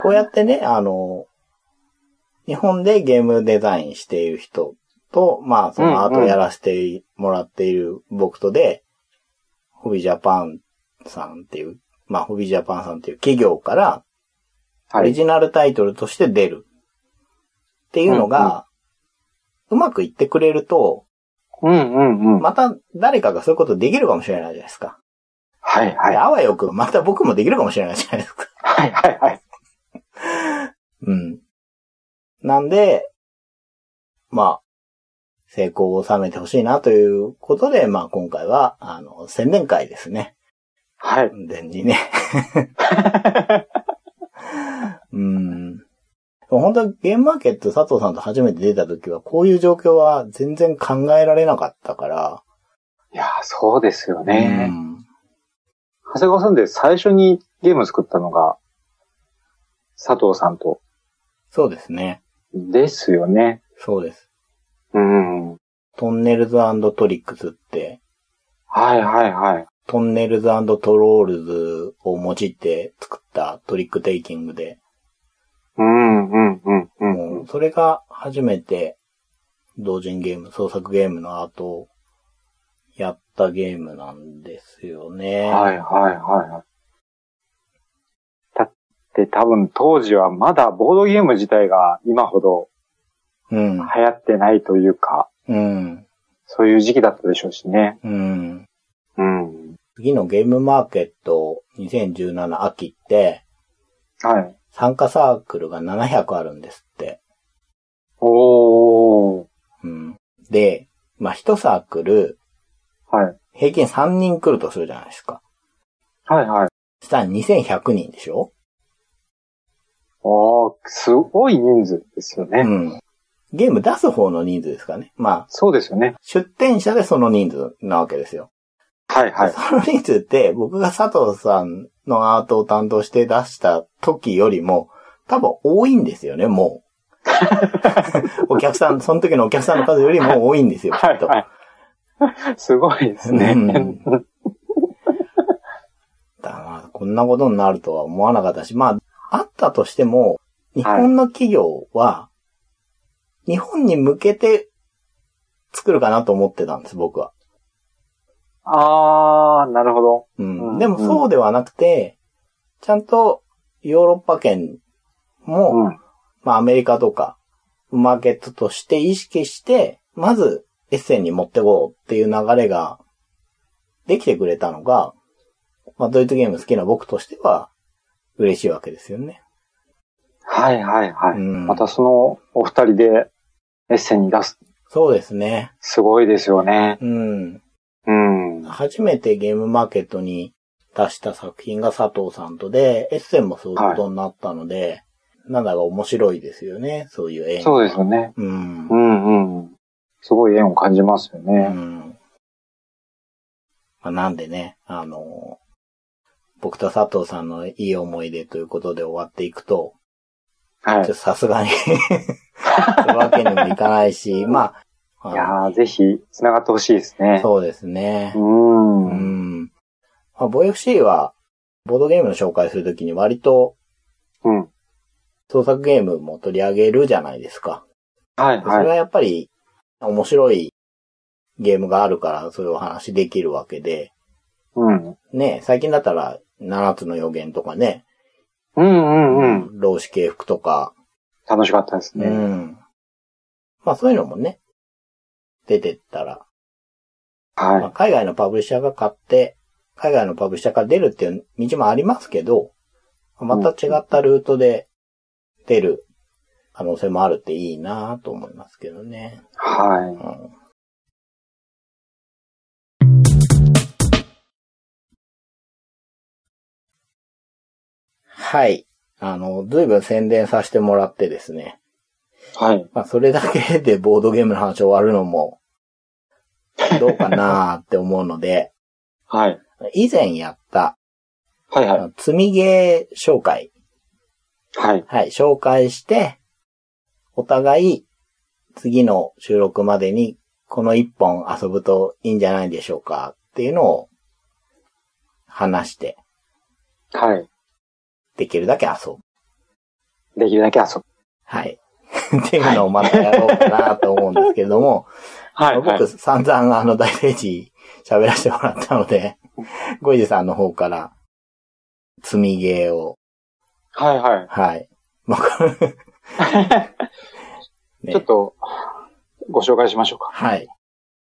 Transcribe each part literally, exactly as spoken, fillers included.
こうやってね、あの、日本でゲームデザインしている人と、まあ、そのアートをやらせてもらっている僕とで、うんうん、ホビジャパンさんっていう、まあ、ホビジャパンさんっていう企業から、オリジナルタイトルとして出るっていうのが、うまくいってくれると、 うんうんうん、 また誰かがそういうことできるかもしれないじゃないですか。 はいはい。 あわよく、また僕もできるかもしれないじゃないですか。 はいはいはい。 うん。なんで、まあ、成功を収めてほしいなということで、まあ今回は、あの、宣伝会ですね。 はい。 完全にね。うん。本当はゲームマーケット佐藤さんと初めて出た時は、こういう状況は全然考えられなかったから。 いや、そうですよね。 うん、 長谷川さんで最初にゲーム作ったのが、佐藤さんと。 そうですね。 ですよね。 そうです。 うん。 トンネルズ&トリックスって。 はいはいはい。 トンネルズ&トロールズを用いて作ったトリックテイキングで。 うんうんうんうん。 もうそれが初めて同人ゲーム、創作ゲームのアートをやったゲームなんですよね。 はいはいはい。だって多分当時はまだボードゲーム自体が今ほど流行ってないというか、 うん、 そういう時期だったでしょうしね。 うん。 うん。 次のゲームマーケットにせんじゅうなな秋って、 はい。 参加サークルがななひゃくあるんですって。 おー。 うん。で、まあ、一サークル、 はい。 平均さんにん来るとするじゃないですか。 はいはい。 そしたらにせんひゃくにんでしょ？ おー、すごい人数ですよね。 うん。ゲーム出す方の人数ですかね。まあ。 そうですよね。 出展者でその人数なわけですよ。 はいはい。 その人数って僕が佐藤さんのアートを担当して出した時よりも多分多いんですよね、もう。お客さん、その時のお客さんの数よりも多いんですよ、きっと。 はいはい。すごいですね。うん、 だまあこんなことになるとは思わなかったし、まあ、あったとしても、日本の企業は、日本に向けて作るかなと思ってたんです、僕は。 あー、なるほど。 うん。でもそうではなくて、ちゃんとヨーロッパ圏も、うん、まあアメリカとか、マーケットとして意識して、まずエッセンに持ってこうっていう流れができてくれたのが、まあドイツゲーム好きな僕としては嬉しいわけですよね。 はいはいはい。うん、またそのお二人でエッセンに出す。 そうですね。 すごいですよね。 うん。 うん。 初めてゲームマーケットに出した作品が佐藤さんとで、エッセンもそういうことになったので、はい、なんだか面白いですよね、そういう縁。 そうですよね。うん。うんうん。すごい縁を感じますよね。うん。 まあ、なんでね、あの、僕と佐藤さんのいい思い出ということで終わっていくと、はい。さすがに、そういうわけにもいかないし、まあ、いやー、ぜひ、繋がってほしいですね。 そうですね。 うーん。 うん。まあ、ボーエフシー は、ボードゲームの紹介するときに割と、 うん。 創作ゲームも取り上げるじゃないですか。 はい、はい。 それはやっぱり、面白いゲームがあるから、そういうお話できるわけで。 うん。 ね、最近だったら、七つの予言とかね。 うんうんうん。 老子系服とか。 楽しかったですね。 うん。まあそういうのもね、出てったら。 はい。 まあ、海外のパブリッシャーが買って、海外のパブリッシャーが出るっていう道もありますけど、また違ったルートで出る可能性もあるっていいなと思いますけどね。 はい。 うん、はい。あの、ずいぶん宣伝させてもらってですね。 はい。 まあ、それだけでボードゲームの話終わるのも、どうかなーって思うので、 はい。 以前やった、 はいはい。 積みゲー紹介。 はい。 はい、紹介して、お互い、次の収録までに、この一本遊ぶといいんじゃないでしょうかっていうのを、話して。 はい。 できるだけ遊ぶ。 できるだけ遊ぶ。 はい。っていうのをまたやろうかなと思うんですけれども、はい、僕、はい、散々あの大ページ喋らせてもらったので、ゴイジさんの方から積みゲーを。 はいはい。 はい。僕ね、ちょっとご紹介しましょうか。 はい。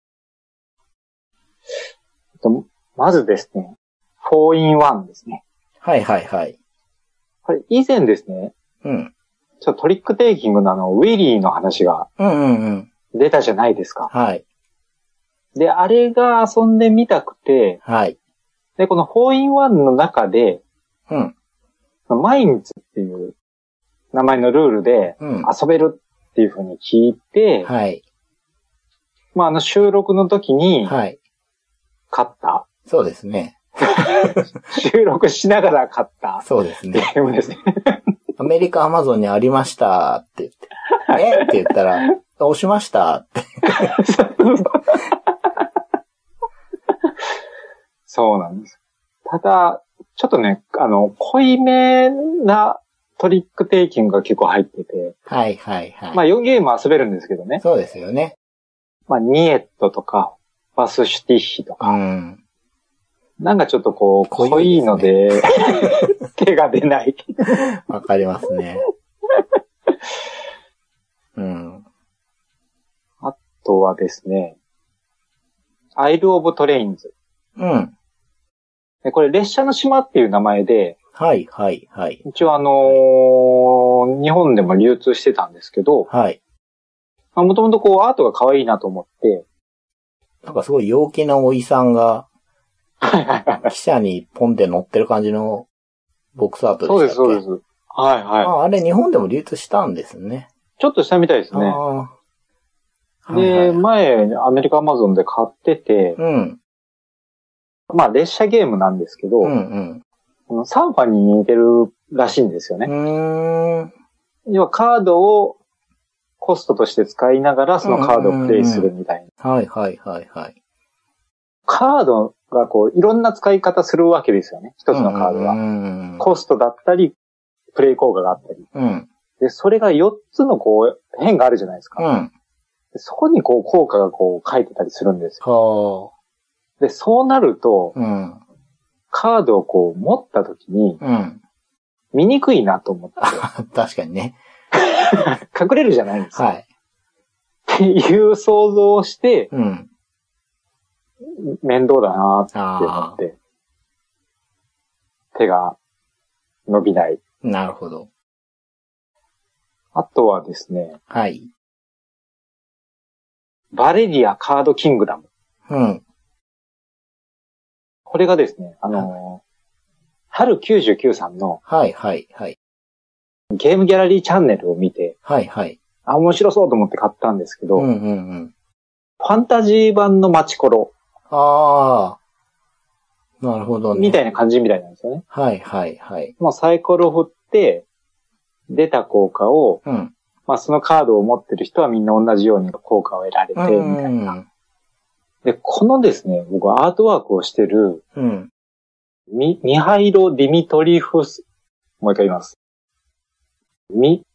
まずですね、フォーインワン ですね。 はいはいはい。 これ以前ですね、 うん。 ちょっとトリックテイキングのあの、ウィリーの話がうんうんうん。 出たじゃないですか。 はい。 で、あれが遊んでみたくて、 はい。 で、このフォーインワンの中で、 うん。 マインズっていう名前のルールで遊べるっていう風に聞いて、 うん、はい。 まあ、あの収録の時に、 はい。 買った。 そうですね。 収録しながら買った。 そうですね。 ゲームですね。 アメリカアマゾンにありましたって言って。えって言ったら、押しましたって。 そうなんです。ただ、ちょっとね、あの、濃いめなトリックテイキングが結構入ってて。 はいはいはい。 まあよんゲーム遊べるんですけどね。 そうですよね。 まあニエットとか、バスシュティッヒとか。 うん。 なんかちょっとこう、濃いので、手が出ない。 わかりますね。うん。 あとはですね、アイル・オブ・トレインズ。 うん。 でこれ、列車の島っていう名前で、 はいはいはい。 一応あのーはい、日本でも流通してたんですけど、 はい。 もともとこう、アートが可愛いなと思って、 なんかすごい陽気なおいさんが、汽車にポンって乗ってる感じのボックスアートでしたっけ？ そうです、そうです。はいはい。 あ、あれ日本でも流通したんですね。 ちょっとしたみたいですね。 あで、はいはい、前、アメリカアマゾンで買ってて、 うん。 まあ、列車ゲームなんですけど、 うんうん、サンファに似てるらしいんですよね。 うーん。 要はカードをコストとして使いながらそのカードをプレイするみたいな。 はいはいはいはい。 カードがこう、いろんな使い方するわけですよね。一つのカードは。 うんコストだったり、プレイ効果があったり。 うん。 で、それがよっつのこう、変があるじゃないですか。 うん。 でそこにこう、効果がこう、書いてたりするんですよ。 はあ。で、そうなると、 うん。 カードをこう、持った時に、 うん。 見にくいなと思って。 確かにね。 隠れるじゃないですか。 はい。 っていう想像をして、 うん。 面倒だなって思って、手が伸びない。 なるほど。 あとはですね。 はい。 バレリアカードキングダム。 うん。 これがですね、あのー、春きゅうじゅうきゅうさんの、 はいはいはい。 ゲームギャラリーチャンネルを見て、 はいはい。 あ、面白そうと思って買ったんですけど、 うんうんうん。 ファンタジー版のマチコロ。 ああ。なるほどね。 みたいな感じみたいなんですよね。 はいはいはい。 もうサイコロ振って、出た効果を、 うん、 まあそのカードを持ってる人はみんな同じように効果を得られて、みたいな。で、このですね、僕はアートワークをしてる、 うん、 ミ、ミハイロ・ディミトリフス、もう一回言います。ミ、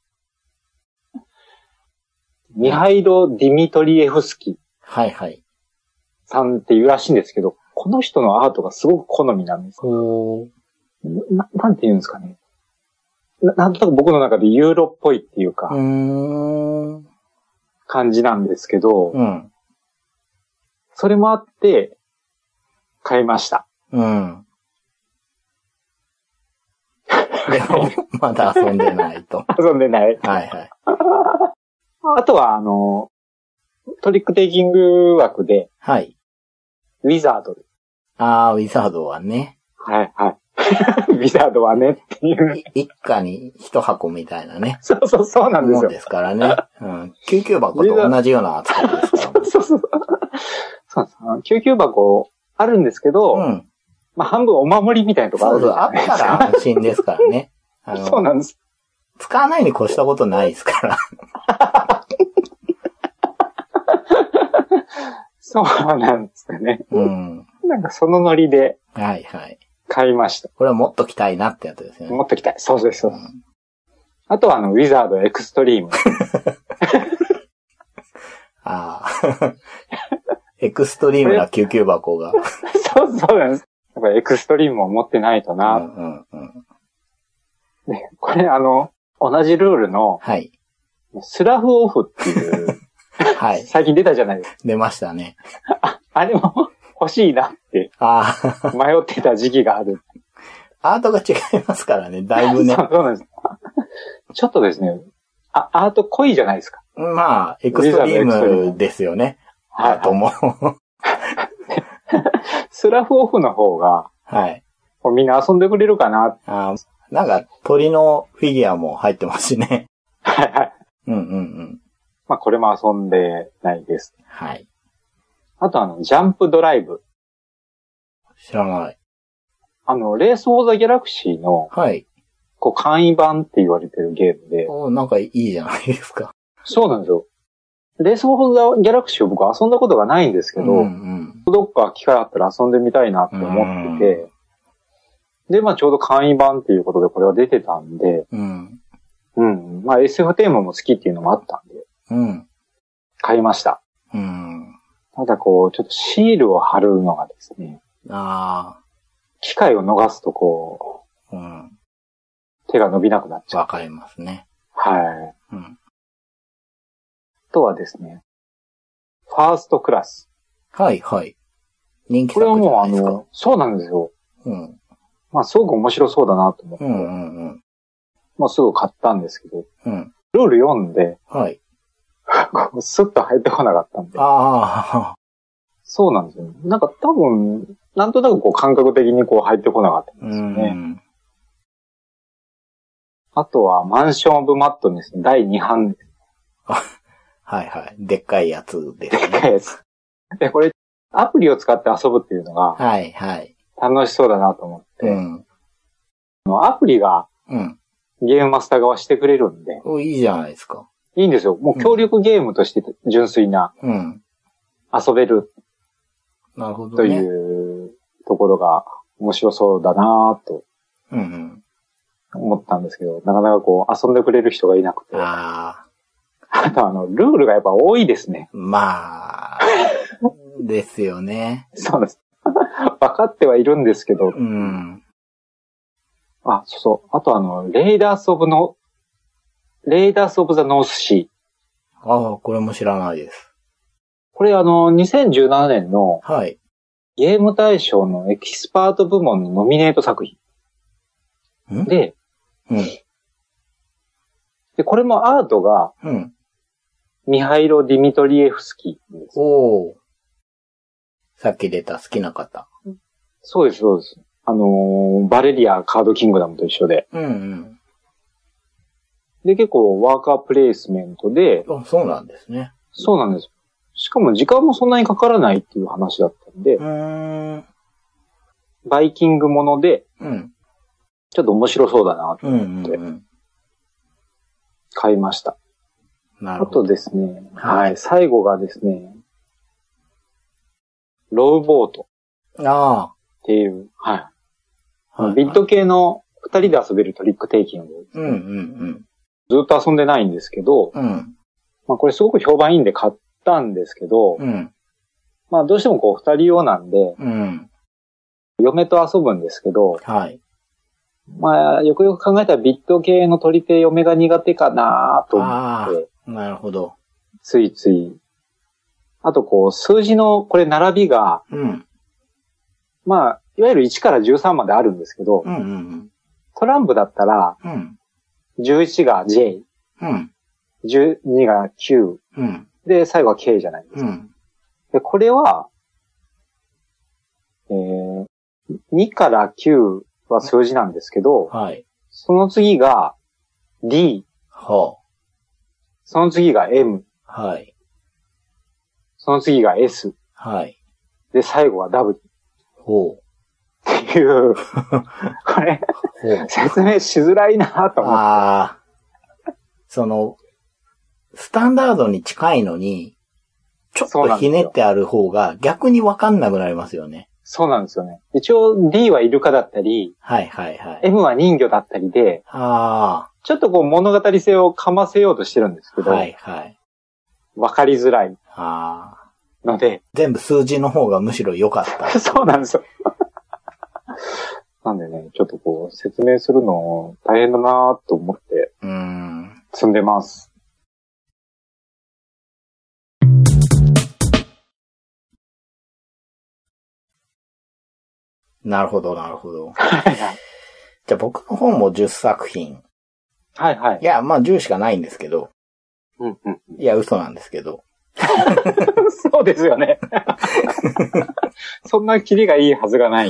ミハイロ・ディミトリエフスキ。 はいはい。 さんっていうらしいんですけど、この人のアートがすごく好みなんです。な、なんて言うんですかね。な、なんとなく僕の中でユーロっぽいっていうか、 うーん感じなんですけど、 うん、 それもあって、買いました。 うん。でも、まだ遊んでないと。 遊んでない。 はいはい。 あとは、あの、トリックテイキング枠で、 はい。 ウィザード。 ああ、ウィザードはね。 はいはい。ウィザードはねっていう。 一家に一箱みたいなね。 そうそうそうなんですよ。 そうですからね。うん。救急箱と同じような扱いですから、ね。 そうそうそう。そうです。救急箱あるんですけど、うん。まあ半分お守りみたいなとこあるんですよ、 ね。そうそう、あったら安心ですからね。 あのそうなんです。 使わないに越したことないですから。 そうなんですかね。 うん。 なんかそのノリで。 はいはい。 買いました。 これは持っときたいなってやつですよね。 持っときたい。そうです、そうです。うん、 あとはあの、ウィザードエクストリーム。 ああ。エクストリームな救急箱が。 そうそうなんです。やっぱりエクストリームを持ってないとな。 うんうんうん。 で、これあの、同じルールの、 はい。 スラフオフっていう、 はい。 最近出たじゃないですか。 出ましたね。 あ、あれも欲しいなって、迷ってた時期がある。 アートが違いますからね、だいぶね。 そうそうなんです。ちょっとですね、あ、アート濃いじゃないですか。 まあ、エクストリームですよね。はい。アートも。 スラフオフの方が、はい。みんな遊んでくれるかな。 あ、なんか鳥のフィギュアも入ってますしね。 はいはい。 うんうんうん。 まあこれも遊んでないです。 はい。 あとあの、ジャンプドライブ。 知らない。 あの、レース・オブ・ザ・ギャラクシーの、はい。こう、簡易版って言われてるゲームで。 お、なんかいいじゃないですか。 そうなんですよ。レース・オブ・ザ・ギャラクシーを僕遊んだことがないんですけど、うんうん、どっか機会あったら遊んでみたいなって思ってて、で、まあちょうど簡易版っていうことでこれは出てたんで、うん。うん。まあ エスエフ テーマも好きっていうのもあったんで、うん。買いました。うん。ただこう、ちょっとシールを貼るのがですね、ああ。機会を逃すとこう、うん。手が伸びなくなっちゃう。 わかりますね。 はい。うん。あとはですね、ファーストクラス。 はいはい。人気作じゃないですか。これはもうあの、 そうなんですよ。うん。まあすごく面白そうだなと思って。うんうんうん。まあすぐ買ったんですけど。うん。ルール読んで。はい。スッと入ってこなかったんで。ああ。そうなんですよ。なんか多分、なんとなくこう感覚的にこう入ってこなかったんですよね。うん。あとは、マンションオブマットネスだいにはんです。 はいはい。でっかいやつですね。 でっかいやつ。で、これ、アプリを使って遊ぶっていうのが、はいはい。楽しそうだなと思って、うん、アプリが、うん、ゲームマスター側してくれるんで。 お、いいじゃないですか。 いいんですよ。もう協力ゲームとして純粋な、うん、遊べる。なるほどね。というところが面白そうだなと、うんうん、思ったんですけど、なかなかこう遊んでくれる人がいなくて。ああとあの、ルールがやっぱ多いですね。 まあ、ですよね。 そうです。分かってはいるんですけど。うん。あ、そうそう。あとあの、レイダース・オブの、レイダース・オブ・ザ・ノース・シー。ああ、これも知らないです。 これあの、にせんじゅうななねんの、はい。ゲーム大賞のエキスパート部門のノミネート作品。んで、うん。で、これもアートが、うん。ミハイロ・ディミトリエフスキーです。おー。 さっき出た好きな方。 そうです、そうです。あのー、バレリア・カード・キングダムと一緒で。うんうん。で、結構ワーカープレイスメントで。 あ、そうなんですね。 そうなんです。しかも時間もそんなにかからないっていう話だったんで。うーん。バイキングもので。うん。ちょっと面白そうだなと思って。うんうんうん、買いました。なるほど。あとですね、はい、はい。最後がですね、ローボート。ああ。っていう、はい。はい、ビット系の二人で遊べるトリックテイキング、ね。うんうんうん。ずっと遊んでないんですけど、うん。まあこれすごく評判いいんで買ったんですけど、うん。まあどうしてもこう二人用なんで、うん。嫁と遊ぶんですけど、はい。まあよくよく考えたらビット系の取り手嫁が苦手かなと思って。 なるほど。 ついつい。あとこう数字のこれ並びが、うん。まあ、いわゆるいちからじゅうさんまであるんですけど、うんうんうん、トランプだったら、うん、じゅういちが ジェイ、うん、じゅうにが キュー、うん、で、最後は ケー じゃないですか。うん、で、これは、えー、にからきゅうは数字なんですけど、はい、その次が D、はあ、その次が M、はい、その次が S、はい、で、最後は W。ほう。っていう、これ、説明しづらいなと思って。ああ。 その、スタンダードに近いのに、ちょっとひねってある方が逆にわかんなくなりますよね。 そうなんですよね。一応 D はイルカだったり、 はいはいはい。 M は人魚だったりで、 あちょっとこう物語性をかませようとしてるんですけど、 はいはい。 わかりづらい。 あので。 全部数字の方がむしろ良かった。 そうなんですよ。なんでね、ちょっとこう説明するの大変だなと思って、 うーん。 積んでます。 なるほど、なるほど。じゃあ僕の方もじゅっさく品。 はいはい。 いや、まあじゅうしかないんですけど。 うんうん。 いや、嘘なんですけど。 そうですよね。そんなキリがいいはずがない。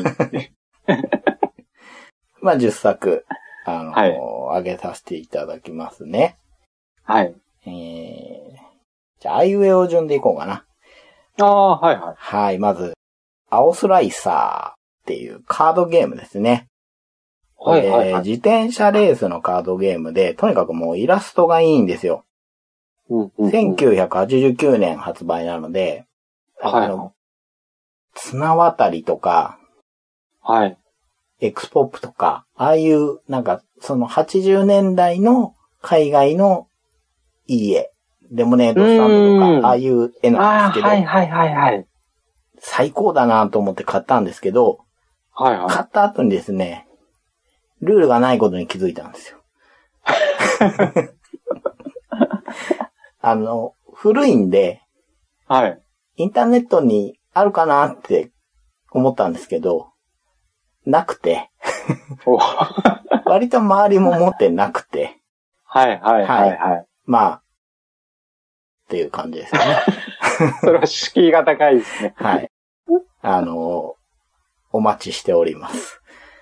まあじゅっさく、あの、はい、上げさせていただきますね。 はい。 えー、じゃあ、あいうえお順でいこうかな。 ああ、はいはい。 はい、まず、青スライサーっていうカードゲームですね。はいはいはい、自転車レースのカードゲームで、とにかくもうイラストがいいんですよ。うんうんうん、せんきゅうひゃくはちじゅうきゅうねん発売なので、はい、あの、綱渡りとか、 はい。 エクスポップとか、ああいう、なんか、そのはちじゅうねんだいの海外のいい絵、レモネードスタンドとか、ああいう絵なんですけど、 はいはいはいはい。 最高だなと思って買ったんですけど、 はいはい。 買った後にですね、ルールがないことに気づいたんですよ。あの、古いんで、 はい。 インターネットにあるかなって思ったんですけど、なくて。割と周りも持ってなくて。 はいはいはいはい。はい、 まあ、っていう感じですね。 それは敷居が高いですね。 はい。あの、お待ちしております。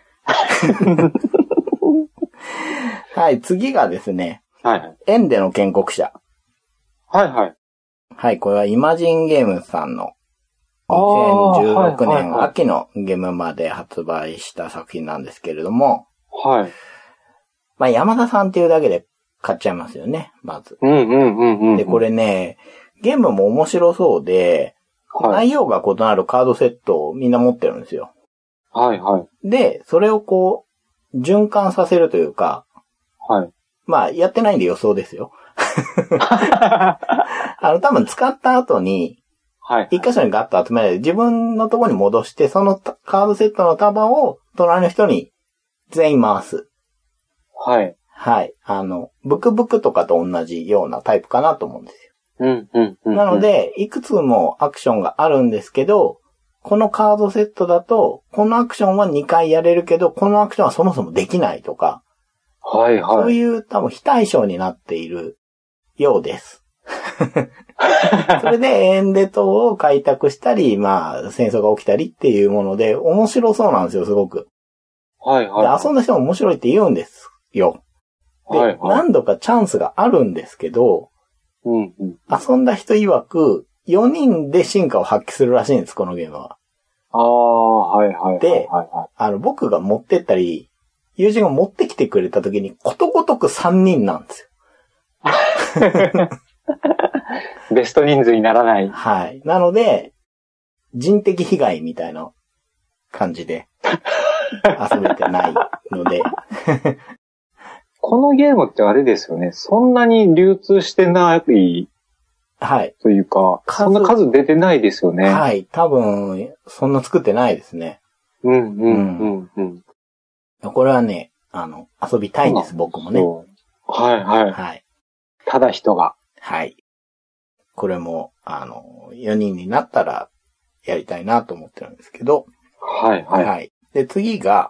はい、次がですね。 はいはい。 エンデの建国者。 はいはい。 はい、これはイマジンゲームズさんのにせんじゅうろくねん秋のゲームまで発売した作品なんですけれども。 はい。 まあ、山田さんっていうだけで買っちゃいますよね、まず。 うんうんうんうん。 で、これね、ゲームも面白そうで、はい、内容が異なるカードセットをみんな持ってるんですよ。 はいはい。 で、それをこう、循環させるというか、 はい。 まあ、やってないんで予想ですよ。あの、多分使った後に、 はい。 一箇所にガッと集められて、自分のところに戻して、そのカードセットの束を隣の人に全員回す。 はい。 はい。あの、ブクブクとかと同じようなタイプかなと思うんですよ。 うんうんうん、うん。 なので、いくつもアクションがあるんですけど、このカードセットだと、このアクションはにかいやれるけど、このアクションはそもそもできないとか。 はいはい。 そういう多分非対称になっているようです。それでエンデ島を開拓したり、まあ戦争が起きたりっていうもので面白そうなんですよ、すごく。 はいはい、はい。 で遊んだ人も面白いって言うんですよ。で、はいはい、何度かチャンスがあるんですけど、 うんうん、 遊んだ人曰くよにんで進化を発揮するらしいんです、このゲームは。 ああ、はいはいはい、はい。 で、あの僕が持ってったり、友人が持ってきてくれた時にことごとくさんにんなんですよ。 ベスト人数にならない。 はい。なので、人的被害みたいな感じで遊べてないので。 このゲームってあれですよね。そんなに流通してない。 はい。 というか、そんな数出てないですよね。 はい。多分、そんな作ってないですね。 うんうんうんうん。 これはね、あの、遊びたいんです、僕もね。 はいはい。 はい。 ただ人が。 はい。これも、あの、よにんになったらやりたいなと思ってるんですけど。 はいはい。 はい。で、次が、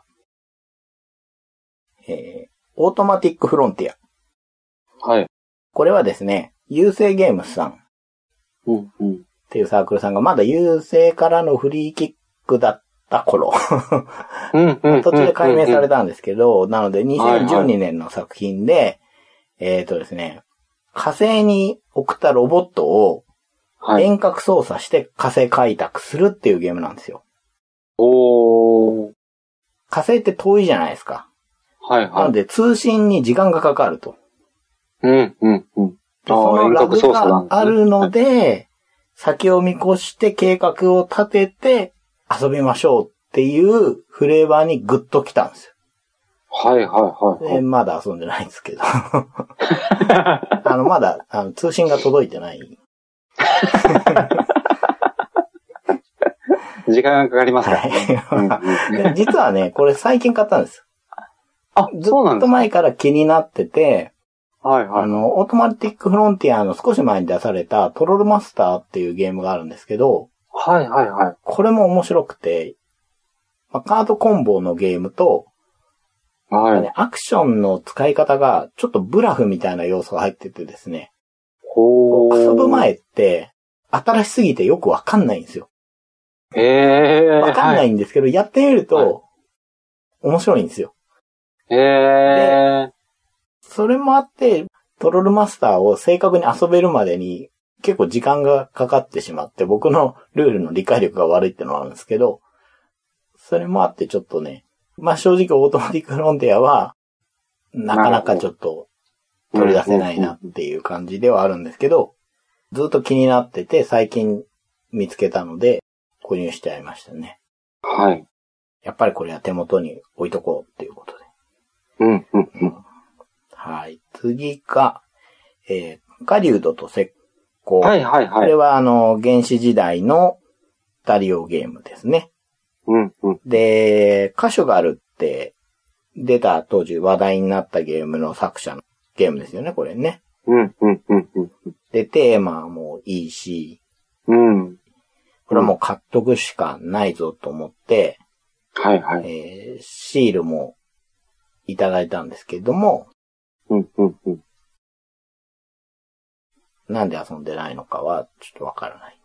えー、オートマティックフロンティア。はい。 これはですね、優勢ゲームスさん。 うんうん。 っていうサークルさんがまだ優勢からのフリーキックだった頃。 うんうん。 途中で改名されたんですけど、なのでにせんじゅうにねんの作品で、はいはい、えっとですね、火星に送ったロボットを遠隔操作して火星開拓するっていうゲームなんですよ。 おー。 火星って遠いじゃないですか。 はいはい。 なので通信に時間がかかると。 うんうんうん。 そのラグがあるので、先を見越して計画を立てて、 遊びましょうっていうフレーバーにグッと来たんですよ。 はいはいはい、はい。 で、まだ遊んでないんですけど。あの、まだ、あの、通信が届いてない。 時間がかかりますからね。 はい、実はね、これ最近買ったんです。 あ、そうなんですか。ずっと前から気になってて、 はいはい。 あの、オートマティックフロンティアの少し前に出されたトロルマスターっていうゲームがあるんですけど、 はいはいはい。 これも面白くて、まあ、カードコンボのゲームと、 はい、 アクションの使い方がちょっとブラフみたいな要素が入っててですね。 ほー。 遊ぶ前って新しすぎてよくわかんないんですよ。 へー。 わかんないんですけど、はい、やってみると面白いんですよ。 へー。 で、それもあって、トロルマスターを正確に遊べるまでに結構時間がかかってしまって、僕のルールの理解力が悪いってのがあるんですけど、それもあってちょっとね、まあ正直オートマティックフロンティアは、なかなかちょっと取り出せないなっていう感じではあるんですけど、ずっと気になってて最近見つけたので購入しちゃいましたね。 はい。 やっぱりこれは手元に置いとこうっていうことで。 うん、うん、うん。 はい。次が、えー、狩人と石膏。 はいはいはい。 これはあの、原始時代の二人用ゲームですね。 うんうん。 で、カシュガルって出た当時話題になったゲームの作者のゲームですよね、これね。 うんうんうんうん。 で、テーマもいいし、 うん。 これはもう買っとくしかないぞと思って、 はいはい。 えー、シールもいただいたんですけども、 うんうんうん。 なんで遊んでないのかはちょっとわからない。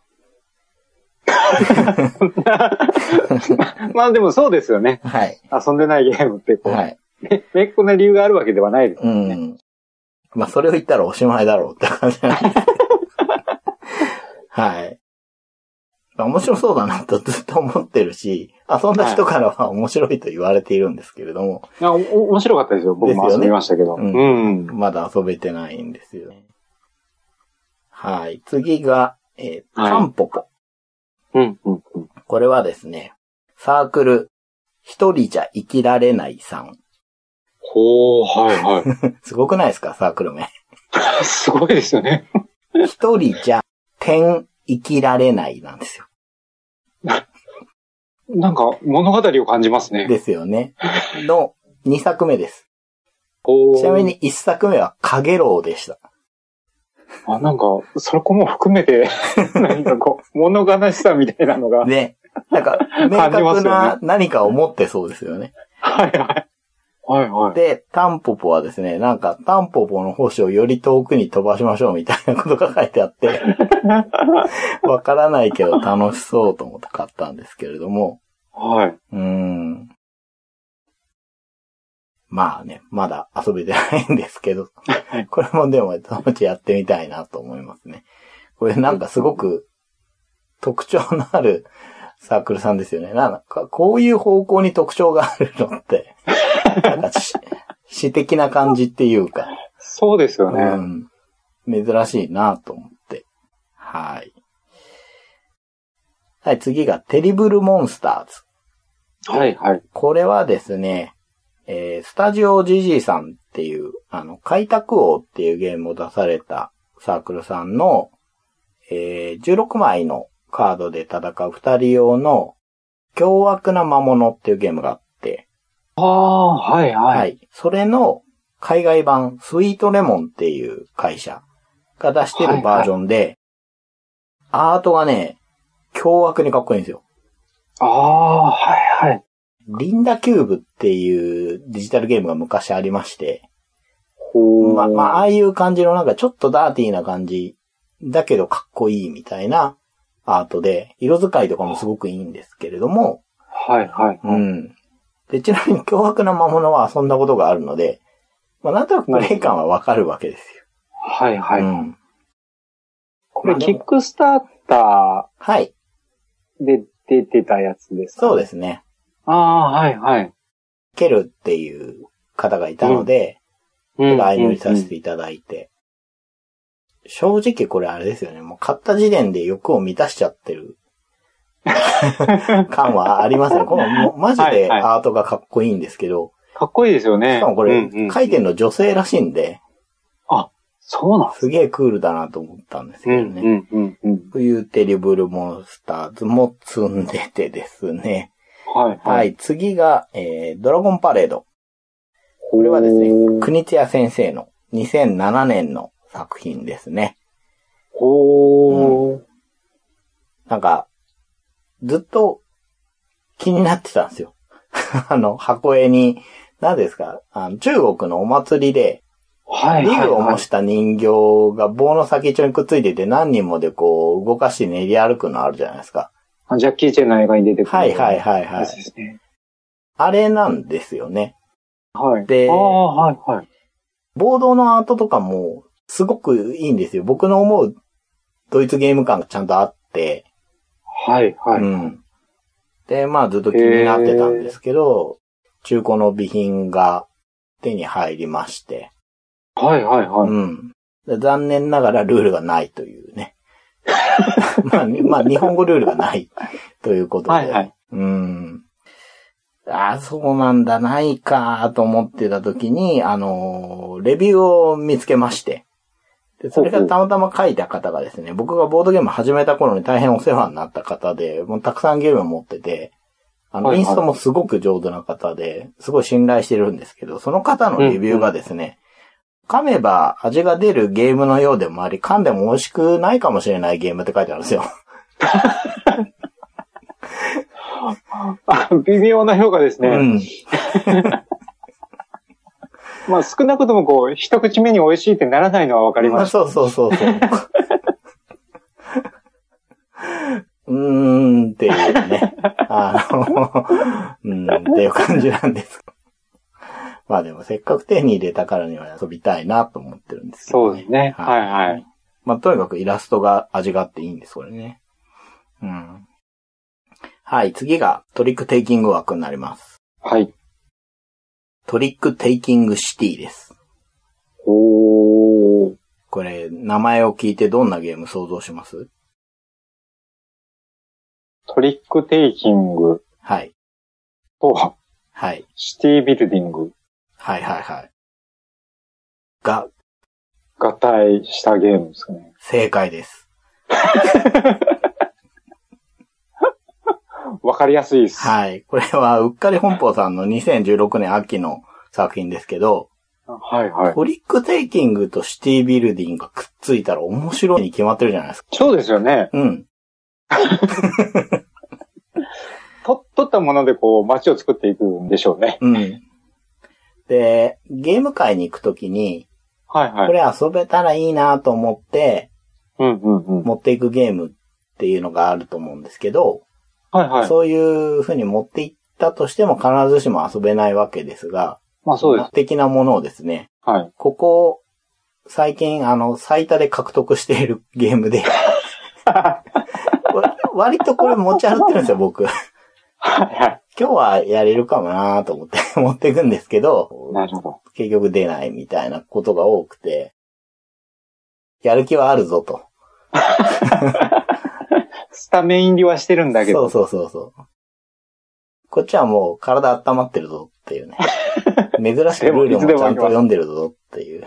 まあでもそうですよね。 はい。 遊んでないゲームってこう。 はい。 めっこな理由があるわけではないですよね。 うん。まあそれを言ったらおしまいだろうって感じなんです。はい。面白そうだなとずっと思ってるし、遊んだ人からは面白いと言われているんですけれども。 いや、お面白かったですよ。僕も遊びましたけど。 うん。うん、まだ遊べてないんですよね。はい。次が、えー、タンポポ。はい、 うんうんうん。 これはですね、サークル、一人じゃ生きられないさん。 ほー、はいはい。 すごくないですか、サークル名。 すごいですよね。 一人じゃ、点生きられないなんですよ。 なんか物語を感じますね。 ですよね。のにさくめです。ちなみにいっさくめはかげろうでした。 あ、なんか、そこも含めて、何かこう、物悲しさみたいなのが。 ね。なんか、明確な何かを持ってそうですよね。 はいはい。はいはい。 で、タンポポはですね、なんか、タンポポの星をより遠くに飛ばしましょうみたいなことが書いてあって、わからないけど楽しそうと思って買ったんですけれども。 はい。 うーん。まあね、まだ遊べてないんですけど、これもでも、そのうちやってみたいなと思いますね。これなんかすごく特徴のあるサークルさんですよね。なんか、こういう方向に特徴があるのって、なんか詩的な感じっていうか。 そうですよね。 うん。珍しいなと思って。はい。はい、次がテリブルモンスターズ。 はいはい。 これはですね、えー、スタジオ ジージー さんっていう、あの、開拓王っていうゲームを出されたサークルさんの、えー、じゅうろくまいのカードで戦う二人用の凶悪な魔物っていうゲームがあって。 ああ、はいはい。はい。 それの海外版スイートレモンっていう会社が出してるバージョンで、はいはい、アートがね、凶悪にかっこいいんですよ。 ああ、はいはい。 リンダキューブっていうデジタルゲームが昔ありまして、ほー。ま、まあ、ああいう感じのなんかちょっとダーティーな感じだけどかっこいいみたいなアートで、色使いとかもすごくいいんですけれども、 はいはい、はい。 うん。で、ちなみに凶悪な魔物は遊んだことがあるので、まあ、なんとなくプレイ感はわかるわけですよ。 はいはい。うん、これ、 まあ、 キックスターター。 はい。 で出てたやつですか、ね、 そうですね。 ああ、はいはい。 ケルっていう方がいたので、うん、相乗りさせていただいて、うんうんうん。正直これあれですよね。もう買った時点で欲を満たしちゃってる感はありますね。このマジでアートがかっこいいんですけど。はいはい、 かっこいいですよね。 しかもこれ、うんうん、書いてるの女性らしいんで。 あ、そうなんですすげえクールだなと思ったんですけどね。うんうんうんうん、冬テリブルモンスターズも積んでてですね。はい、はい。はい。次が、えー、ドラゴンパレード。これはですね、国津屋先生のにせんななねんの作品ですね。 ほー。うん、 なんか、ずっと気になってたんですよ。あの、箱絵に、何ですか、あの中国のお祭りで、はいはいはい、リグを模した人形が棒の先っちょにくっついてて何人もでこう動かして練り歩くのあるじゃないですか。 ジャッキー・チェンの映画に出てくる。 はいはいはいはい。ね、あれなんですよね。 はい。 で、 ああ、はいはい。 ボードのアートとかもすごくいいんですよ。僕の思うドイツゲーム感がちゃんとあって。 はいはい。 うん。で、まあずっと気になってたんですけど、中古の備品が手に入りまして。 はいはいはい。 うん。残念ながらルールがないというね。まあ、まあ、日本語ルールがないということで。はいはい。うん。ああ、そうなんだ、ないかと思ってた時に、あのー、レビューを見つけまして。で、それがたまたま書いた方がですね、僕がボードゲーム始めた頃に大変お世話になった方で、もうたくさんゲームを持ってて、あの、はいはい、インストもすごく上手な方で、すごい信頼してるんですけど、その方のレビューがですね、うんうん、噛めば味が出るゲームのようでもあり、噛んでも美味しくないかもしれないゲームって書いてあるんですよ。 あ、微妙な評価ですね。うん。まあ少なくともこう、一口目に美味しいってならないのはわかりました。 そうそうそうそう。うーんっていうね。あの、うんっていう感じなんです。まあでもせっかく手に入れたからには遊びたいなと思ってるんですけど、ね。 そうですね。はい、はい、はい。 まあとにかくイラストが味があっていいんです、これね。うん。はい、次がトリックテイキング枠になります。 はい。 トリックテイキングシティです。 おー。 これ、名前を聞いてどんなゲーム想像します？ トリックテイキング。 はい。 とは。 はい。 シティビルディング。 はいはいはい。が、 合体したゲームですね。 正解です。 わかりやすいです。 はい。これは、うっかり本舗さんのにせんじゅうろくねん秋の作品ですけど、 はいはい。 トリックテイキングとシティビルディングがくっついたら面白いに決まってるじゃないですか。 そうですよね。 うん。 と、取ったものでこう街を作っていくんでしょうね。 うん。で、ゲーム会に行くときに、 はいはい。 これ遊べたらいいなと思って、 うんうんうん。 持っていくゲームっていうのがあると思うんですけど、 はいはい。 そういう風に持っていったとしても必ずしも遊べないわけですが、 まあそうです。 的なものをですね、 はい。 ここ、最近あの、最多で獲得しているゲームで、割とこれ持ち歩ってるんですよ、僕。はいはい。今日はやれるかもなと思って持っていくんですけど、 なるほど。 結局出ないみたいなことが多くて、やる気はあるぞと。 スタメン入りはしてるんだけど。 そうそうそうそう。こっちはもう体温まってるぞっていうね。珍しくルールもちゃんと読んでるぞっていう。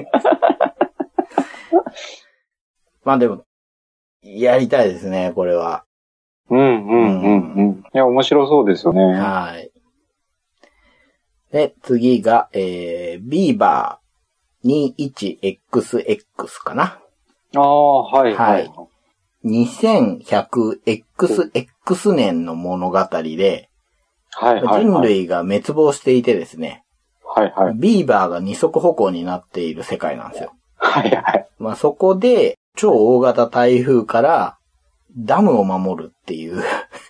まあでも、やりたいですね、これは。 うんうんうんうん。いや、面白そうですよね。 はい。で、次が、えー、ビーバー にじゅういちエックスエックス かな。 ああ、はいはい。はい、 にせんひゃくエックスエックス 年の物語で、はいはいはい、人類が滅亡していてですね、 はいはい。 ビーバーが二足歩行になっている世界なんですよ。 はいはい。 まあそこで、超大型台風からダムを守るっていう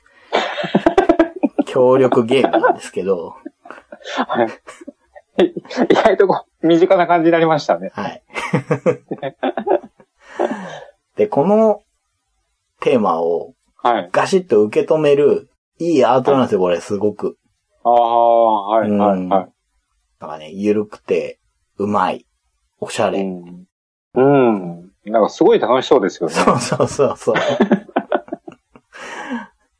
協力ゲームなんですけど、 はい。意外とこう身近な感じになりましたね。 はい。で、このテーマをガシッと受け止めるいいアートなんですよ、これ、すごく。 ああ、はいはいはい。なんかね、ゆるくて、うまい、おしゃれ。 うん。うん。なんかすごい楽しそうですよね。 そうそうそうそう。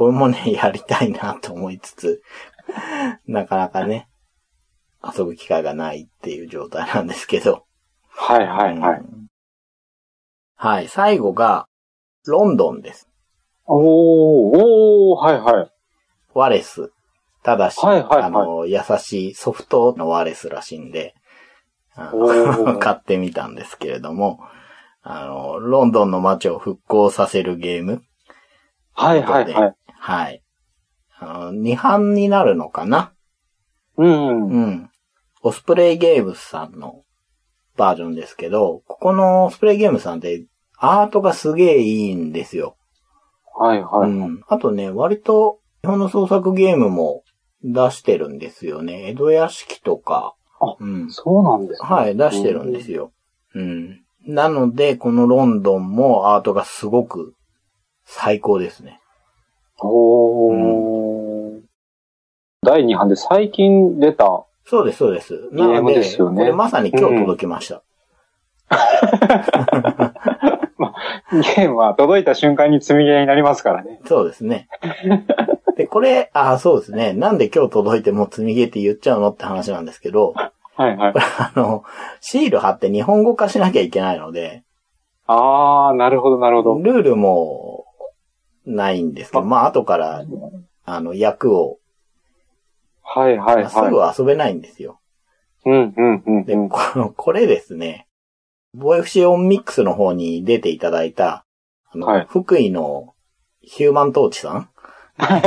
俺もね、やりたいなと思いつつ、なかなかね、遊ぶ機会がないっていう状態なんですけど。 はいはいはい。うん、 はい、最後が、ロンドンです。 おー、おー、はいはい。 ワレス。ただし、 はいはいはい、 あの、優しいソフトのワレスらしいんで、あの買ってみたんですけれども、あの、ロンドンの街を復興させるゲーム。 はいはいはい。 はい。あの、に版になるのかな？ うん。 うん。オスプレイゲームスさんのバージョンですけど、ここのオスプレイゲームスさんってアートがすげえいいんですよ。 はいはい。 うん。あとね、割と日本の創作ゲームも出してるんですよね。江戸屋敷とか。 あ、うん、そうなんですね。はい、出してるんですよ。うん。なので、このロンドンもアートがすごく最高ですね。 おー。うん、だいに版で最近出た。 そうです、そうです。 ゲームですよね。 これまさに今日届きました。 うんまあ、ゲームは届いた瞬間に積みゲーになりますからね。 そうですね。で、これ、あ、そうですね。なんで今日届いても積みゲーって言っちゃうのって話なんですけど、 はいはい。 これあの、シール貼って日本語化しなきゃいけないので、 あー、なるほどなるほど。 ルールもないんですけど、まあ後から、あの、役を、 はいはいはい。 すぐ遊べないんですよ。 うんうんうん、うん。 で、この、これですね、ボイフシオンミックスの方に出ていただいた、あの、はい、福井のヒューマントーチさんはい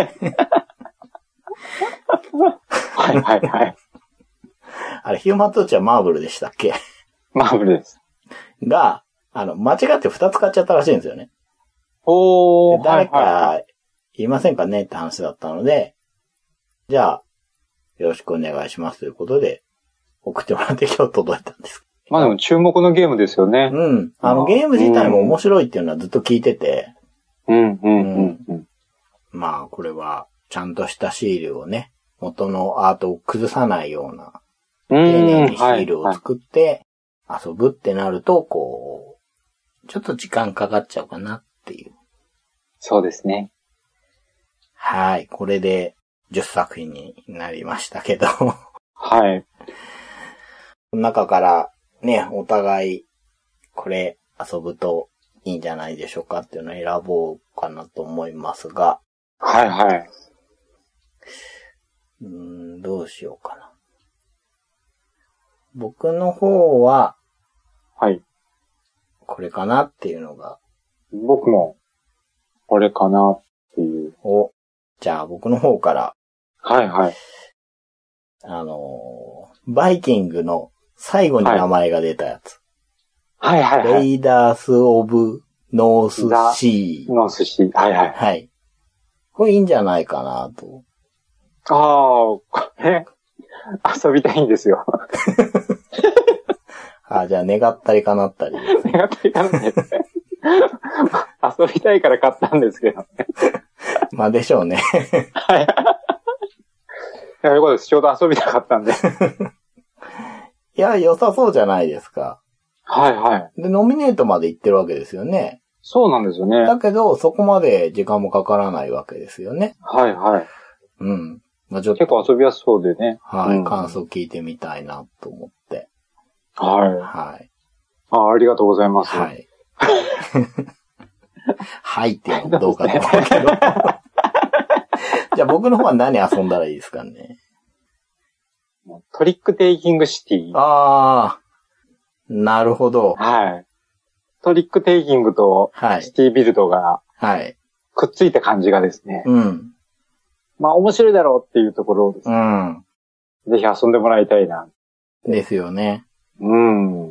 はいはいはい。 あれ、ヒューマントーチはマーブルでしたっけ？ マーブルです。 が、あの、間違って二つ買っちゃったらしいんですよね。 おー。 誰かいませんかねって話だったので、じゃあ、よろしくお願いしますということで、送ってもらって今日届いたんです。 まあでも注目のゲームですよね。 うん。あの、ゲーム自体も面白いっていうのはずっと聞いてて。 うん、うん、うん、うん。 まあ、これは、ちゃんとしたシールをね、元のアートを崩さないような、丁寧にシールを作って遊ぶってなると、こう、ちょっと時間かかっちゃうかなっていう。 そうですね。 はい。これでじゅっさく品になりましたけど。 はい。 中からね、お互い、これ遊ぶといいんじゃないでしょうかっていうのを選ぼうかなと思いますが。 はいはい。 うーん、どうしようかな。僕の方は、 はい。 これかなっていうのが。 僕も、これかなっていう。 お、じゃあ僕の方から。 はいはい。 あのー、バイキングの最後に名前が出たやつ。 はいはいはい。 レイダース・オブ・ノース・シー。 ノース・シー。はいはい。 はい。これいいんじゃないかなと。 ああ、これ、遊びたいんですよ。 あ、じゃあ願ったり叶ったり。 願ったり叶ったり。遊びたいから買ったんですけどね。 まあでしょうね。 はい。いや、よかったです。ちょうど遊びたかったんで。 いや、良さそうじゃないですか。 はいはい。 で、ノミネートまで行ってるわけですよね。 そうなんですよね。 だけど、そこまで時間もかからないわけですよね。 はいはい。 うん。まあ、ちょっと結構遊びやすそうでね。 はい、うん。感想聞いてみたいなと思って。 はい。 はい。 あ、ありがとうございます。 はい。はいっていうのもどうかと思うけど。じゃあ僕の方は何遊んだらいいですかね。 トリックテイキングシティ。 ああ、なるほど。 はい。トリックテイキングとシティビルドが、はい。くっついた感じがですね。 うん。 まあ面白いだろうっていうところをですね。 うん。 ぜひ遊んでもらいたいな。 ですよね。 うん。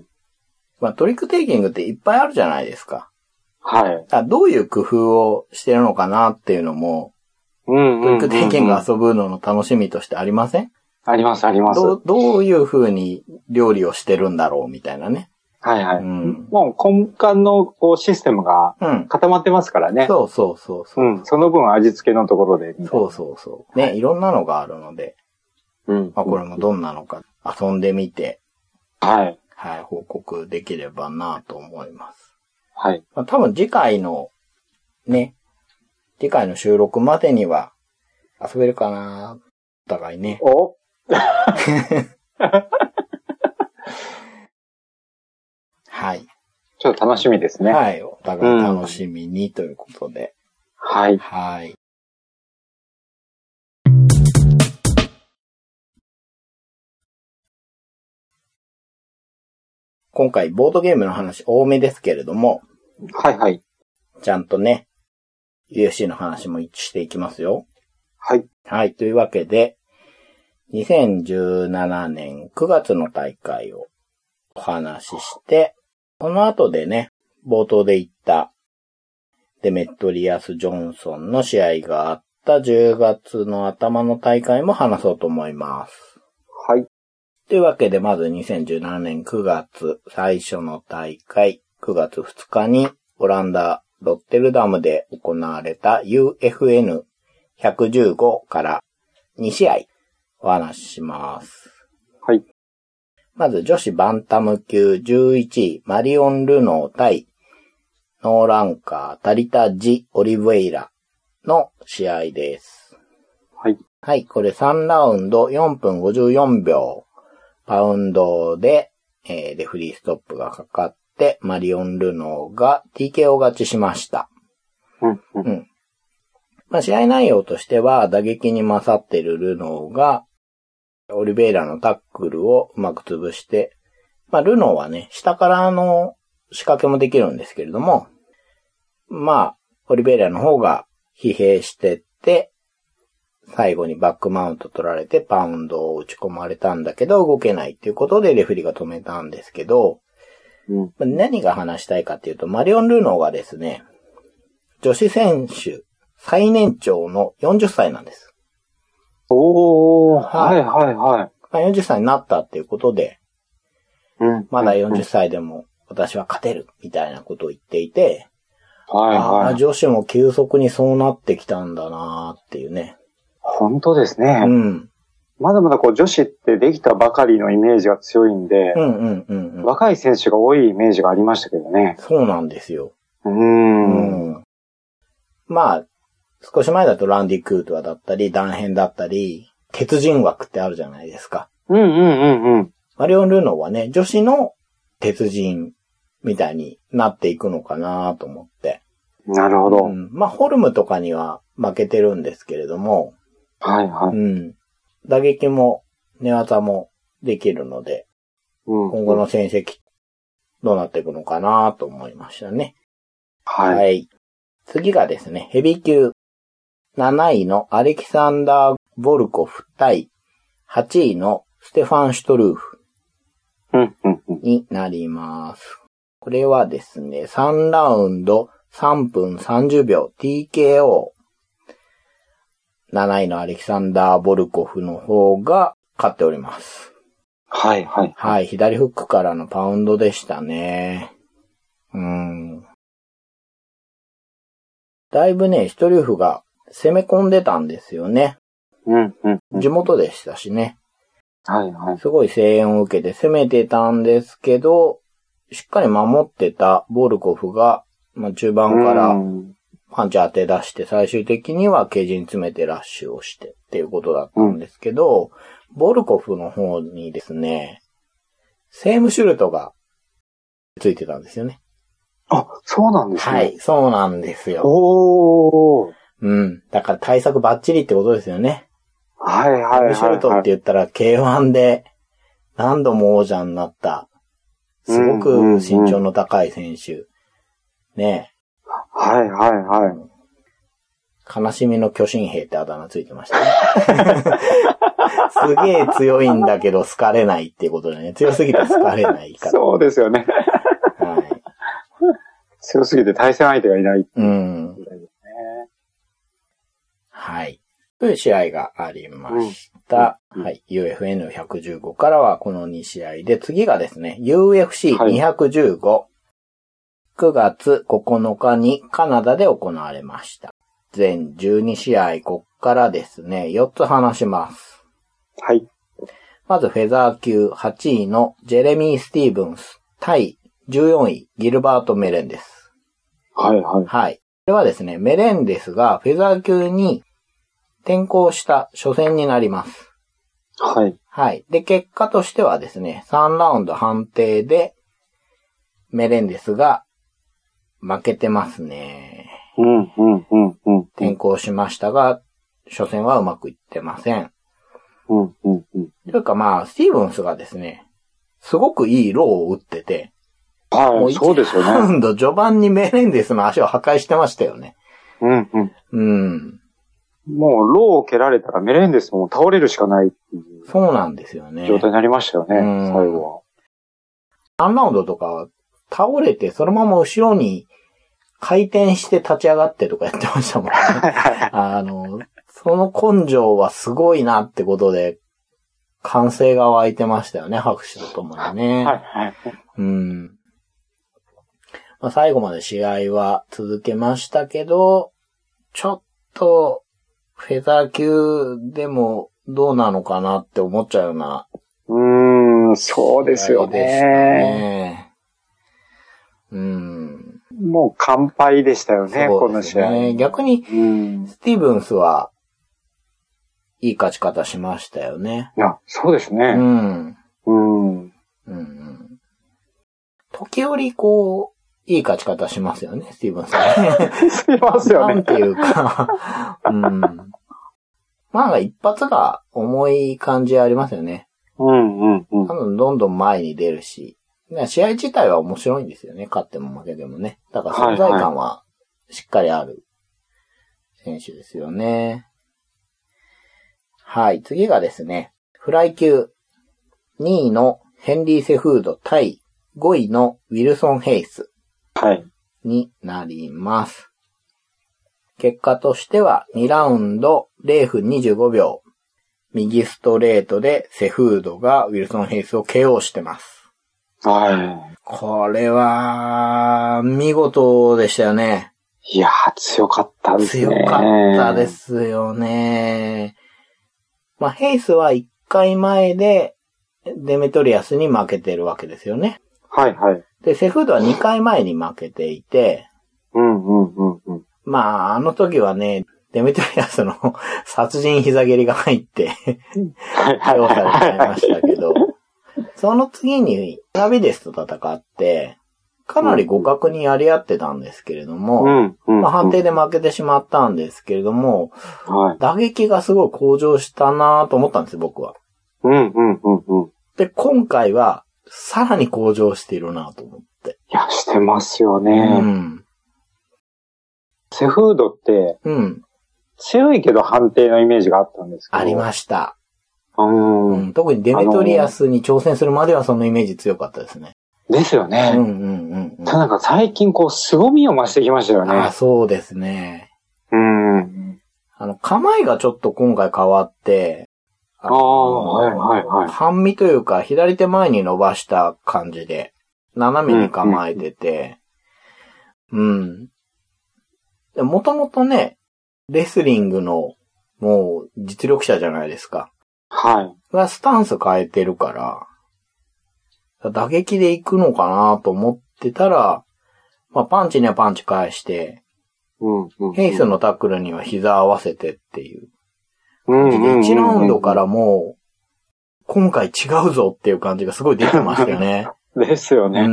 まあトリックテイキングっていっぱいあるじゃないですか。 はい。 あ、どういう工夫をしてるのかなっていうのも、 うんうんうんうん、 トリックテイキング遊ぶのの楽しみとしてありません？ ありますあります。 どう、どういう風に料理をしてるんだろうみたいなね。 はいはい。うん、もう根幹のこうシステムが固まってますからね。 うん、そうそうそうそう、 うん。その分味付けのところで。 そうそうそう。ね、はい、いろんなのがあるので。うん。まあこれもどんなのか遊んでみて。 はい。 はい、報告できればなと思います。 はい。 まあ、多分次回のね、 次回の収録までには遊べるかな、お互いね。 おはい。 ちょっと楽しみですね。 はい。お互い楽しみにということで。 はい。 はい。今回ボードゲームの話多めですけれども。 はいはい。 ちゃんとね、ユーエフシー の話も一致していきますよ。 はい。 はい。というわけで、にせんじゅうななねんくがつの大会をお話しして、この後でね、冒頭で言ったデメトリアス・ジョンソンの試合があったじゅうがつの頭の大会も話そうと思います。 はい。 というわけで、まずにせんじゅうななねんくがつ最初の大会、くがつふつかにオランダ・ロッテルダムで行われた ユーエフエヌひゃくじゅうご からにしあいお話しします。 はい。 まず女子バンタム級じゅういちいマリオン・ルノー対ノーランカータリタ・ジ・オリベイラの試合です。 はい。 はい、これさんラウンドよんぷんごじゅうよんびょう。パウンドで、えー、レフリーストップがかかって、マリオン・ルノーが ティーケーオー 勝ちしました。 うん、うん。 うん。まあ、試合内容としては、打撃に勝っているルノーが、オリベイラのタックルをうまく潰して、まあ、ルノーはね、下からの仕掛けもできるんですけれども、まあ、オリベイラの方が疲弊してって、最後にバックマウント取られてパウンドを打ち込まれたんだけど動けないっていうことでレフェリーが止めたんですけど、うん、何が話したいかっていうと、マリオン・ルノーがですね、女子選手最年長のよんじゅっさいなんです。 おー、はいはいはい。 よんじゅっさいになったっていうことで、うん、まだよんじゅっさいでも私は勝てるみたいなことを言っていて、 はいはい、 あ女子も急速にそうなってきたんだなーっていうね。 本当ですね。 うん。 まだまだこう女子ってできたばかりのイメージが強いんで、 うんうんうんうん、 若い選手が多いイメージがありましたけどね。 そうなんですよ。 うーん。 うん、まあ、少し前だとランディ・クートアだったり、ダンヘンだったり、鉄人枠ってあるじゃないですか。 うんうんうんうん。 マリオン・ルノーはね、女子の鉄人みたいになっていくのかなと思って。 なるほど。 うん、まあ、ホルムとかには負けてるんですけれども、 はいはい。 うん。打撃も寝技もできるので、うん、今後の戦績どうなっていくのかなと思いましたね。 はい。 はい。次がですね、ヘビー級なないのアレキサンダー・ボルコフ対はちいのステファン・シュトルーフになります。これはですね、さんラウンドさんぷんさんじゅうびょう ティーケーオー。なないのアレキサンダー・ボルコフの方が勝っております。 はいはい。 はい、左フックからのパウンドでしたね。うーん。だいぶね、シュトリュフが攻め込んでたんですよね。 うんうん、うん。 地元でしたしね。 はいはい。 すごい声援を受けて攻めてたんですけど、しっかり守ってたボルコフが、まあ、中盤からパンチ当て出して最終的にはケージに詰めてラッシュをしてっていうことだったんですけど、うん、ボルコフの方にですね、セームシュルトがついてたんですよね。 あ、そうなんですね。 はい、そうなんですよ。 おー。 うん。だから対策バッチリってことですよね。 はいはいはい、はい。 セームシュルトって言ったら ケーワン で何度も王者になった、すごく身長の高い選手。うんうんうん、ねえ。 はいはいはい。 悲しみの巨神兵ってあだ名ついてましたね。すげえ強いんだけど好かれないっていうことでね。強すぎて好かれないから。 そうですよね。 はい。 強すぎて対戦相手がいない。 うん。はい。という試合がありました。うん、はい。ユーエフエヌひゃくじゅうご からはこのに試合で、次がですね、ユーエフシーにひゃくじゅうご。はい、くがつここのかにカナダで行われました。全じゅうに試合、こっからですね、よっつ話します。 はい。 まずフェザー級はちいのジェレミー・スティーブンス対じゅうよんいギルバート・メレンです。 はいはい。 はい。 れはですね、メレンデスがフェザー級に転向した初戦になります。 はい。 はい。で、結果としてはですね、さんラウンド判定で、メレンデスが負けてますね。 うん、うん、うん、うん。 転向しましたが、初戦はうまくいってません。 うん、うん、うん。 というかまあ、スティーブンスがですね、すごくいいローを打ってて、 はい、そうですよね。 いちラウンド序盤にメレンデスの足を破壊してましたよね。 うん、うん。 うん。 もう、ローを蹴られたらメレンデスも倒れるしかないっていう。 そうなんですよね。 状態になりましたよね、最後は。 さんラウンドとか、倒れて、そのまま後ろに回転して立ち上がってとかやってましたもんね。あの、その根性はすごいなってことで、歓声が湧いてましたよね、拍手とともにね。 はいはい。 うん。まあ、最後まで試合は続けましたけど、ちょっと、フェザー級でもどうなのかなって思っちゃうような。 うーん、そうですよね。 でしたね。うん。 もう完敗でしたよね、この試合。 逆に、スティーブンスは、いい勝ち方しましたよね。 いや、そうですね。 うん。 うん。うんうん。時折、こう、いい勝ち方しますよね、スティーブンスは。 しますよね。 なんていうか、うん。まあ、一発が重い感じありますよね。 うんうんうん。 多分どんどん前に出るし、試合自体は面白いんですよね。勝っても負けてもね。だから存在感はしっかりある選手ですよね。はい、次がですね、フライ級にいのヘンリー・セフード対ごいのウィルソン・ヘイスになります。結果としてはにラウンドぜろふんにじゅうごびょう。右ストレートでセフードがウィルソン・ヘイスを ケーオー してます。 はい。 これは、見事でしたよね。 いやー、強かったですね。 強かったですよね。まあ、ヘイスはいっかいまえでデメトリアスに負けてるわけですよね。 はいはい。 で、セフードはにかいまえに負けていて、 うんうんうんうん。 まあ、あの時はね、デメトリアスの殺人膝蹴りが入って、対応されちゃいましたけど、その次にラビデスと戦って、かなり互角にやり合ってたんですけれども、 うんうんまあ、判定で負けてしまったんですけれども、はい、打撃がすごい向上したなと思ったんですよ、僕は。 うんうんうんうん。 で、今回はさらに向上しているなと思って。 いや、してますよね。うん、セフードって、うん、強いけど判定のイメージがあったんですけど。 ありました。 うんうん、特にデメトリアスに挑戦するまではそのイメージ強かったですね。 ですよね。 うんうんうんうん、 ただなんか最近こう凄みを増してきましたよね。 あ、そうですね。 うん。 あの、構えがちょっと今回変わって、 ああ、はいはいはい。 半身というか左手前に伸ばした感じで、斜めに構えてて、うん。うん、もともとね、レスリングのもう実力者じゃないですか。 はい。 がスタンス変えてるから、打撃で行くのかなと思ってたら、まあパンチにはパンチ返して、 うんうんうん、 ヘイスのタックルには膝合わせてっていう感じで、いちラウンドからもう、今回違うぞっていう感じがすごい出てましたよね。 ですよね。 うん。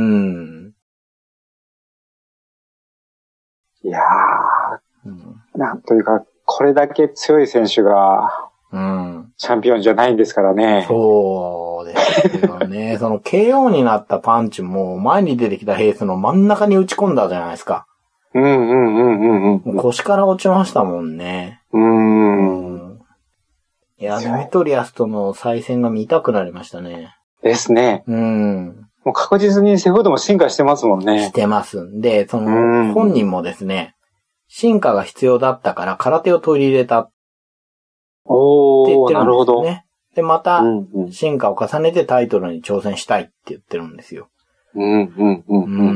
いやー、うん、なんというか、これだけ強い選手が、うん、チャンピオンじゃないんですからね。 そうですよね。その ケーオー になったパンチも前に出てきたヘイスの真ん中に打ち込んだじゃないですか。 うんうんうんうんうん。 腰から落ちましたもんね。 うーん。 うん、いや、デメトリアスとの再戦が見たくなりましたね。 ですね。 うん。 もう確実にセフードも進化してますもんね。 してますんで、その、本人もですね、進化が必要だったから空手を取り入れたって言ってるんですよね。なるほど。で、また、進化を重ねてタイトルに挑戦したいって言ってるんですよ。 うんうんうん、うん。 うん。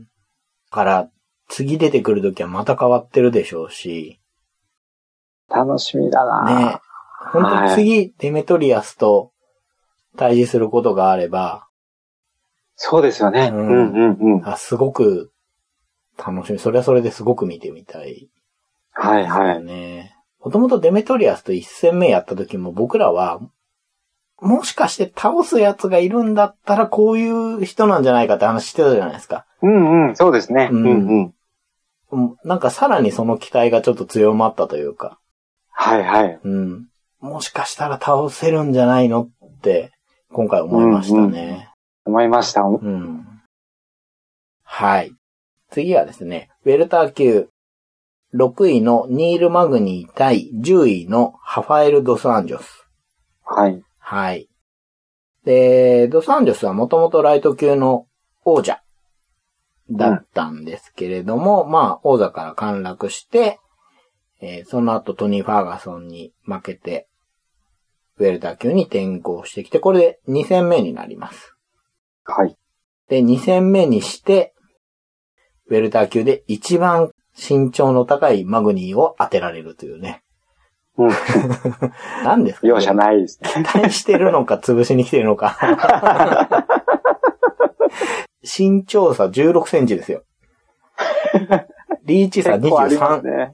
から、次出てくるときはまた変わってるでしょうし。 楽しみだなね。本当に次、はい、デメトリアスと対峙することがあれば。 そうですよね。うん、うんうんうん。 あ、すごく楽しみ。それはそれですごく見てみたい。 はいはい。 ね。もともとデメトリアスと一戦目やった時も僕らは、もしかして倒すやつがいるんだったらこういう人なんじゃないかって話してたじゃないですか。 うんうん、そうですね。うんうんうん。なんかさらにその期待がちょっと強まったというか。 はいはい。 うん。もしかしたら倒せるんじゃないのって今回思いましたね。 うんうん、思いました。 うん。はい。次はですね、ウェルター級。ろくいのニール・マグニー対じゅういのハファエル・ドス・アンジョス。 はい。 はい。で、ドス・アンジョスはもともとライト級の王者だったんですけれども、うん、まあ王座から陥落して、えー、その後トニー・ファーガソンに負けて、ウェルター級に転向してきて、これでに戦目になります。 はい。 で、に戦目にして、ウェルター級で一番身長の高いマグニーを当てられるというね。 うん。 何ですか、 容赦ないですね。 期待してるのか潰しに来てるのか。身長差じゅうろくセンチですよ。リーチ差にじゅうさん。ね、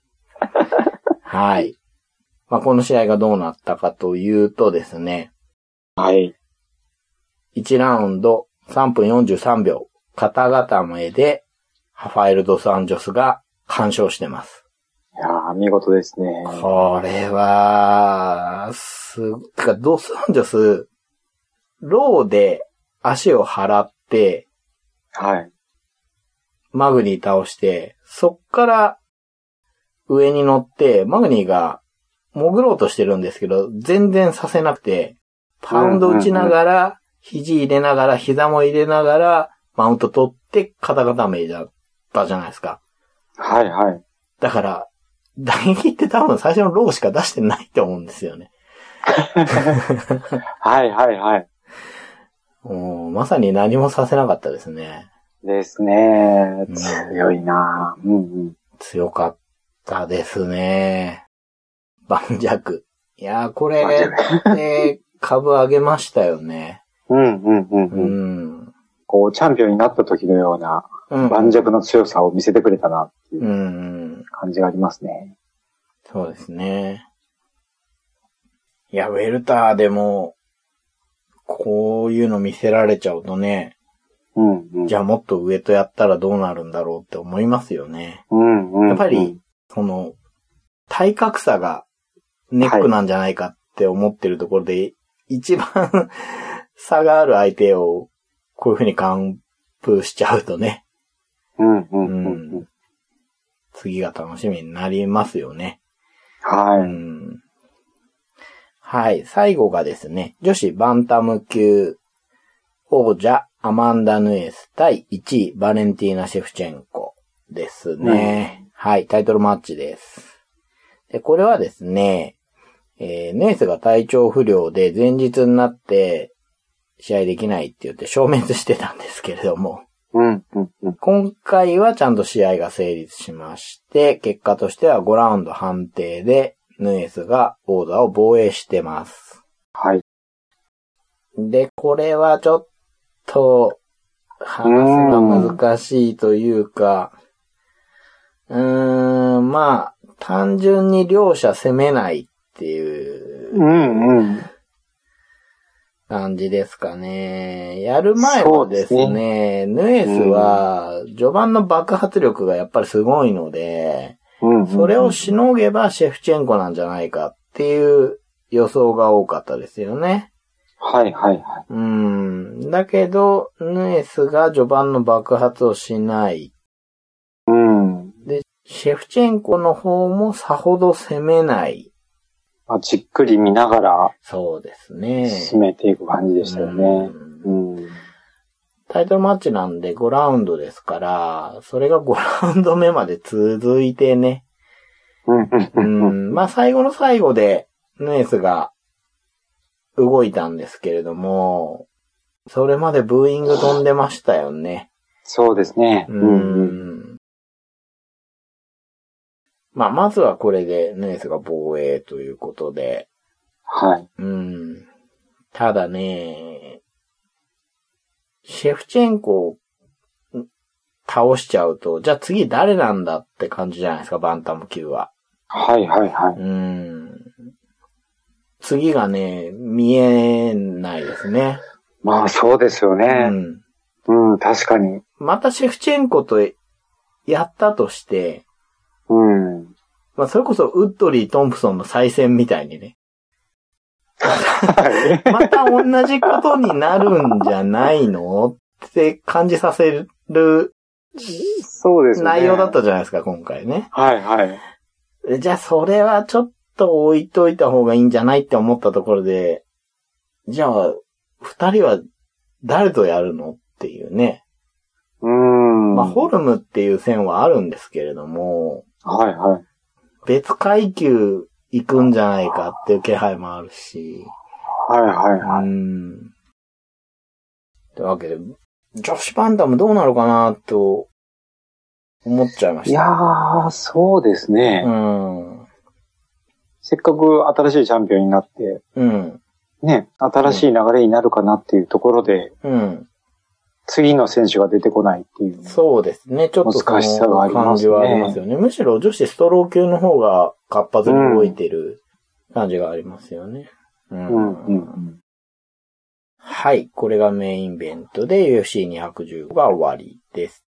はい。まあ、この試合がどうなったかというとですね。 はい。 いちラウンドさんぷんよんじゅうさんびょう。肩固めで、ハファエル・ドス・アンジョスが完勝してます。 いやー、見事ですね。 これは、す、てか、ドス・アンジョス、ローで足を払って、 はい。 マグニー倒して、そっから上に乗って、マグニーが潜ろうとしてるんですけど、全然させなくて、パウンド打ちながら、うんうんうん、肘入れながら、膝も入れながら、マウント取って肩固めだったじゃないですか。 はいはい。 だから、打撃って多分最初のローしか出してないと思うんですよね。 はいはいはい。 もうまさに何もさせなかったですね。 ですね。強いな、うんうん、 強かったですね。盤石。いやー、これで株上げましたよね。 うんうんうん、うん。うん。こう、チャンピオンになった時のような盤石の強さを見せてくれたなっていう感じがありますね。 うんうん、そうですね。いや、ウェルターでも、こういうの見せられちゃうとね、 うんうん、 じゃあもっと上とやったらどうなるんだろうって思いますよね。 うんうんうん、 やっぱり、その、体格差がネックなんじゃないかって思ってるところで、はい、一番差がある相手をこういうふうに完封しちゃうとね、 うんうんうんうん、 次が楽しみになりますよね。 はい、 うん。はい。最後がですね、女子バンタム級王者アマンダ・ヌエス対いちいバレンティーナ・シェフチェンコですね。うん、はい。タイトルマッチです。で、これはですね、えー、ヌエスが体調不良で前日になって試合できないって言って消滅してたんですけれども、 うんうんうん、 今回はちゃんと試合が成立しまして、結果としてはごラウンド判定でヌエスが王座を防衛してます。 はい。 で、これはちょっと話すの難しいというか、うーん、まあ、単純に両者攻めないっていう感じですかね。やる前はですね、ヌエスは序盤の爆発力がやっぱりすごいので、それをしのげばシェフチェンコなんじゃないかっていう予想が多かったですよね。 はいはいはい。 うん。だけど、ヌエスが序盤の爆発をしない。 うん。 で、シェフチェンコの方もさほど攻めない。 まあ、じっくり見ながら。 そうですね。 進めていく感じでしたよね。うん。うん、 タイトルマッチなんでごラウンドですから、それがごラウンド目まで続いてね。うん。まあ最後の最後でヌエスが動いたんですけれども、それまでブーイング飛んでましたよね。 そうですね。 うん。まあまずはこれでヌエスが防衛ということで。 はい。 うん。ただね、シェフチェンコ倒しちゃうと、じゃあ次誰なんだって感じじゃないですか、バンタム級は。 はいはいはい。 うん。次がね、見えないですね。 まあそうですよね。うん。うん、確かに。 またシェフチェンコとやったとして、 うん。 まあそれこそウッドリー・トンプソンの再戦みたいにね。また同じことになるんじゃないのって感じさせる。 そうですね。 内容だったじゃないですか、今回ね。 はいはい。 じゃあそれはちょっと置いといた方がいいんじゃないって思ったところで、じゃあ、二人は誰とやるのっていうね。 うーん。 まあ、ホルムっていう線はあるんですけれども、 はいはい。 別階級行くんじゃないかっていう気配もあるし。 はいはいはい。 うん。というわけで、女子バンタムどうなるかなと思っちゃいました。 いやー、そうですね。 うん。 せっかく新しいチャンピオンになって、 うん。 ね、新しい流れになるかなっていうところで、 うん。 次の選手が出てこないっていう。 そうですね。ちょっと難しさがありますね。感じはありますよね。むしろ女子ストロー級の方が活発に動いてる感じがありますよね。うん。うんうん、はい。これがメインイベントで ユーエフシーにひゃくじゅうご が終わりです。